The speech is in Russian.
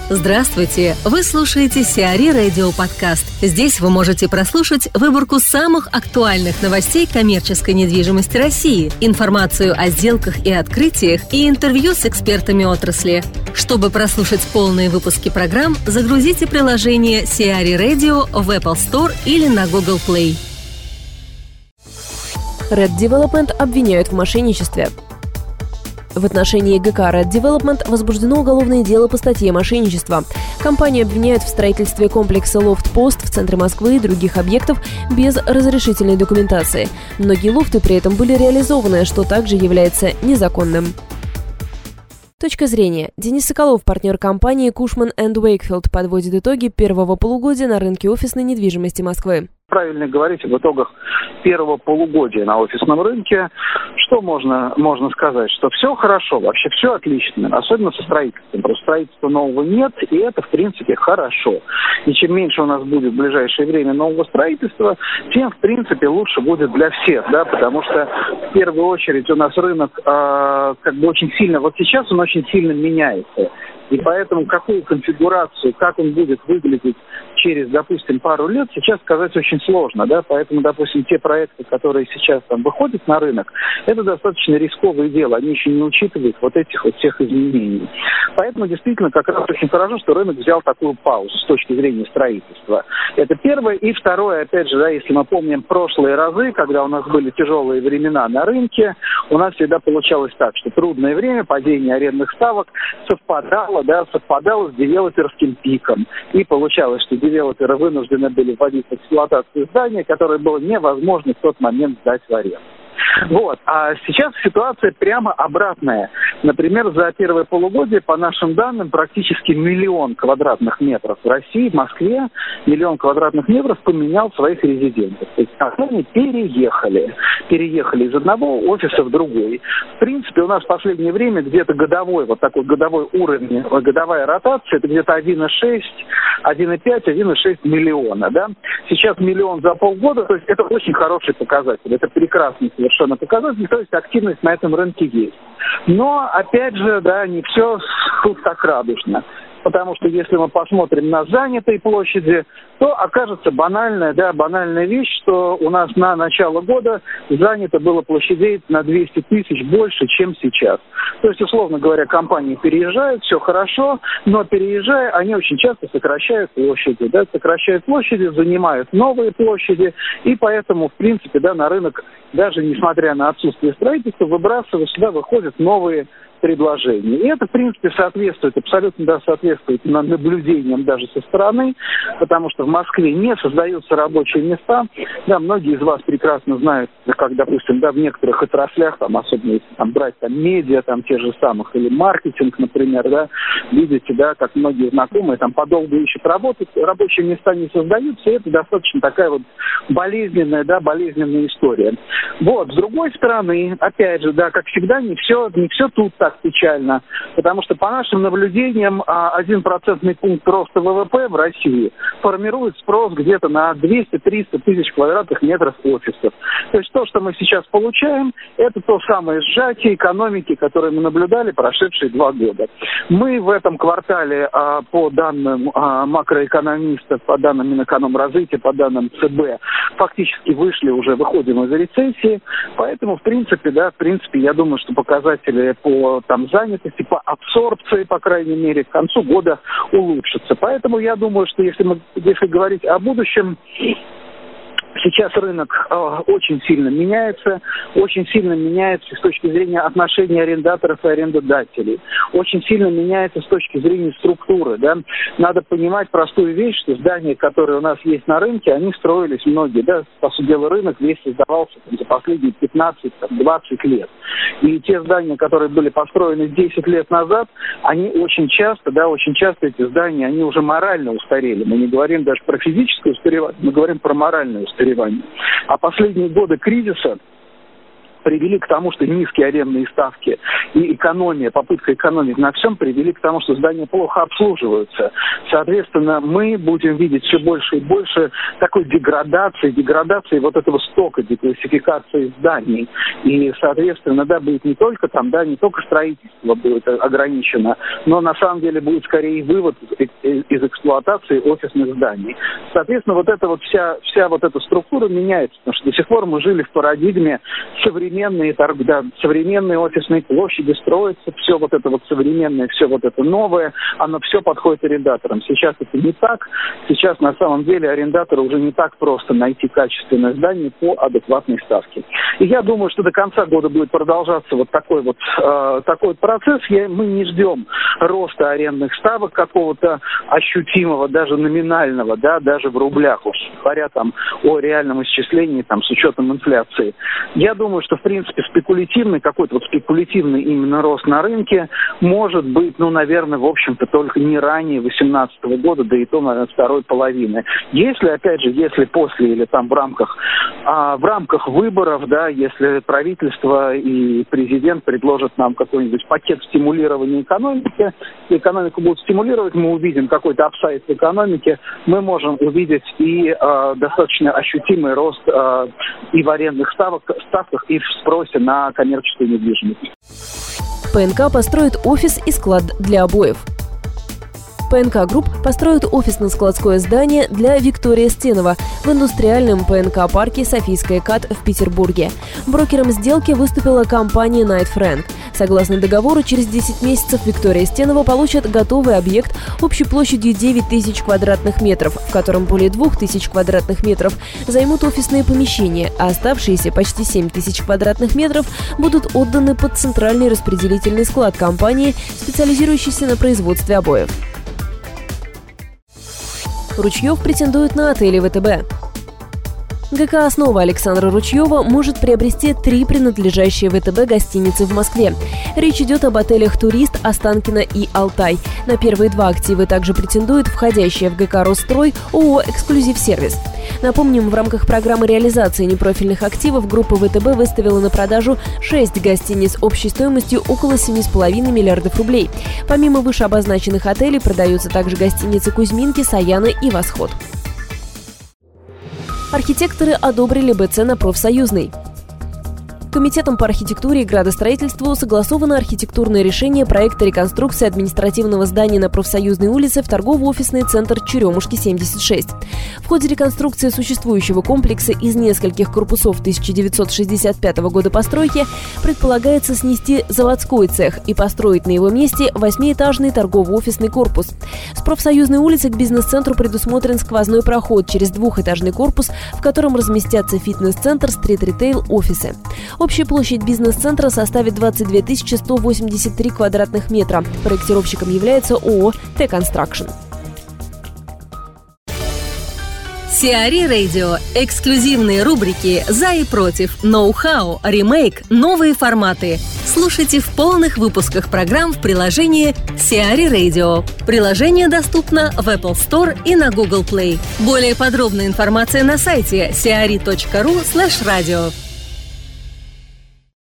Здравствуйте! Вы слушаете Сиари Радио Подкаст. Здесь вы можете прослушать выборку самых актуальных новостей коммерческой недвижимости России, информацию о сделках и открытиях и интервью с экспертами отрасли. Чтобы прослушать полные выпуски программ, загрузите приложение Сиари Radio в Apple Store или на Google Play. Red Development обвиняют в мошенничестве. В отношении ГК Red Development возбуждено уголовное дело по статье «Мошенничество». Компанию обвиняют в строительстве комплекса «Лофт-Пост» в центре Москвы и других объектов без разрешительной документации. Многие лофты при этом были реализованы, что также является незаконным. Точка зрения. Денис Соколов, партнер компании Cushman & Wakefield, подводит итоги первого полугодия на рынке офисной недвижимости Москвы. Правильно говорить об итогах первого полугодия на офисном рынке. Что можно сказать? Что все хорошо, вообще все отлично, особенно со строительством. Просто строительства нового нет, и это, в принципе, хорошо. И чем меньше у нас будет в ближайшее время нового строительства, тем, в принципе, лучше будет для всех, да, потому что, в первую очередь, у нас рынок очень сильно, вот сейчас он очень сильно меняется. И поэтому какую конфигурацию, как он будет выглядеть через, допустим, пару лет, сейчас сказать очень сложно, да, поэтому, допустим, те проекты, которые сейчас там выходят на рынок, это достаточно рисковое дело, они еще не учитывают вот этих вот всех изменений. Поэтому действительно как раз очень хорошо, что рынок взял такую паузу с точки зрения строительства. Это первое. И второе, опять же, да, если мы помним прошлые разы, когда у нас были тяжелые времена на рынке, у нас всегда получалось так, что трудное время, падение арендных ставок совпадало с девелоперским пиком. И получалось, что девелоперы вынуждены были вводить в эксплуатацию здания, которое было невозможно в тот момент сдать в аренду. Вот. А сейчас ситуация прямо обратная. Например, за первое полугодие, по нашим данным, практически 1 миллион квадратных метров в России, в Москве, 1 миллион квадратных метров поменял своих резидентов. То есть они переехали из одного офиса в другой. В принципе, у нас в последнее время где-то годовой уровень, годовая ротация, это где-то 1,6, 1,5, 1,6 миллиона. Да? Сейчас 1 миллион за полгода, то есть это очень хороший показатель, это прекрасный совершенно показатель, то есть активность на этом рынке есть. Но, опять же, да, не все тут так радужно. Потому что если мы посмотрим на занятые площади, то окажется банальная вещь, что у нас на начало года занято было площадей на 200 тысяч больше, чем сейчас. То есть, условно говоря, компании переезжают, все хорошо, но переезжая, они очень часто сокращают площади, занимают новые площади, и поэтому, в принципе, да, на рынок, даже несмотря на отсутствие строительства, сюда выходят новые предложений. И это, в принципе, абсолютно соответствует наблюдениям даже со стороны, потому что в Москве не создаются рабочие места. Да, многие из вас прекрасно знают, как, допустим, да, в некоторых отраслях, там, особенно если там, брать там, медиа, там, те же самых, или маркетинг, например, да, видите, да, как многие знакомые там подолгу ищут работу, рабочие места не создаются, и это достаточно такая вот болезненная история. Вот, с другой стороны, опять же, да, как всегда, не все тут так печально, потому что по нашим наблюдениям 1% пункт роста ВВП в России формирует спрос где-то на 200-300 тысяч квадратных метров офисов. То есть то, что мы сейчас получаем, это то самое сжатие экономики, которое мы наблюдали прошедшие 2 года. Мы в этом квартале, по данным макроэкономистов, по данным Минэкономразвития, по данным ЦБ, фактически выходим из рецессии, поэтому, в принципе, я думаю, что показатели по занятости, по абсорбции, по крайней мере, к концу года улучшатся. Поэтому я думаю, что если говорить о будущем, сейчас рынок очень сильно меняется с точки зрения отношений арендаторов и арендодателей. Очень сильно меняется с точки зрения структуры. Да? Надо понимать простую вещь, что здания, которые у нас есть на рынке, они строились многие. Да? По сути дела, рынок весь создавался за последние 15-20 лет. И те здания, которые были построены 10 лет назад, они очень часто эти здания, они уже морально устарели. Мы не говорим даже про физическое устаревание, мы говорим про моральное устаревание. А последние годы кризиса привели к тому, что низкие арендные ставки и экономия, попытка экономить на всем привели к тому, что здания плохо обслуживаются. Соответственно, мы будем видеть все больше и больше такой деградации вот этого стока, деклассификации зданий. И, соответственно, да, будет не только там, да, не только строительство будет ограничено, но на самом деле будет скорее вывод из эксплуатации офисных зданий. Соответственно, вот эта вот вся вот эта структура меняется, потому что до сих пор мы жили в парадигме современные офисные площади, строятся, все вот это вот современное, все вот это новое, оно все подходит арендаторам. Сейчас это не так. Сейчас на самом деле арендатору уже не так просто найти качественное здание по адекватной ставке. И я думаю, что до конца года будет продолжаться вот такой процесс. Мы не ждем роста арендных ставок какого-то ощутимого, даже номинального, да, даже в рублях, уж говоря там о реальном исчислении там с учетом инфляции. Я думаю, что в принципе спекулятивный именно рост на рынке может быть, наверное, в общем-то только не ранее 2018 года, да и то, наверное, второй половины. Если после или там в рамках выборов, да, если правительство и президент предложат нам какой-нибудь пакет стимулирования экономики, и экономику будут стимулировать, мы увидим какой-то апсайд в экономике, мы можем увидеть и достаточно ощутимый рост и в арендных ставках, и в спросе на коммерческую недвижимость. ПНК построит офис и склад для обоев. ПНК Групп построит офисно-складское здание для Виктория Стенова в индустриальном ПНК-парке «Софийская КАТ» в Петербурге. Брокером сделки выступила компания Knight Frank. Согласно договору, через 10 месяцев Виктория Стенова получит готовый объект общей площадью 9 тысяч квадратных метров, в котором более 2 тысяч квадратных метров займут офисные помещения, а оставшиеся почти 7 тысяч квадратных метров будут отданы под центральный распределительный склад компании, специализирующийся на производстве обоев. Ручьев претендует на отели ВТБ. ГК «Основа» Александра Ручьева может приобрести 3 принадлежащие ВТБ гостиницы в Москве. Речь идет об отелях «Турист», «Останкино» и «Алтай». На первые 2 активы также претендует входящая в ГК «Росстрой» ООО «Эксклюзив Сервис». Напомним, в рамках программы реализации непрофильных активов группа ВТБ выставила на продажу 6 гостиниц общей стоимостью около 7,5 миллиардов рублей. Помимо вышеобозначенных отелей продаются также гостиницы «Кузьминки», «Саяна» и «Восход». Архитекторы одобрили БЦ на Профсоюзной. Комитетом по архитектуре и градостроительству согласовано архитектурное решение проекта реконструкции административного здания на Профсоюзной улице в торгово-офисный центр Черемушки, 76. В ходе реконструкции существующего комплекса из нескольких корпусов 1965 года постройки предполагается снести заводской цех и построить на его месте 8-этажный торгово-офисный корпус. С Профсоюзной улицы к бизнес-центру предусмотрен сквозной проход через 2-этажный корпус, в котором разместятся фитнес-центр, стрит-ритейл, офисы. Общая площадь бизнес-центра составит 22 183 квадратных метра. Проектировщиком является ООО «Т-Констракшн». Сиари Радио. Эксклюзивные рубрики «За и против», «Ноу-хау», «Ремейк», «Новые форматы». Слушайте в полных выпусках программ в приложении Сиари Radio. Приложение доступно в Apple Store и на Google Play. Более подробная информация на сайте siari.ru/radio.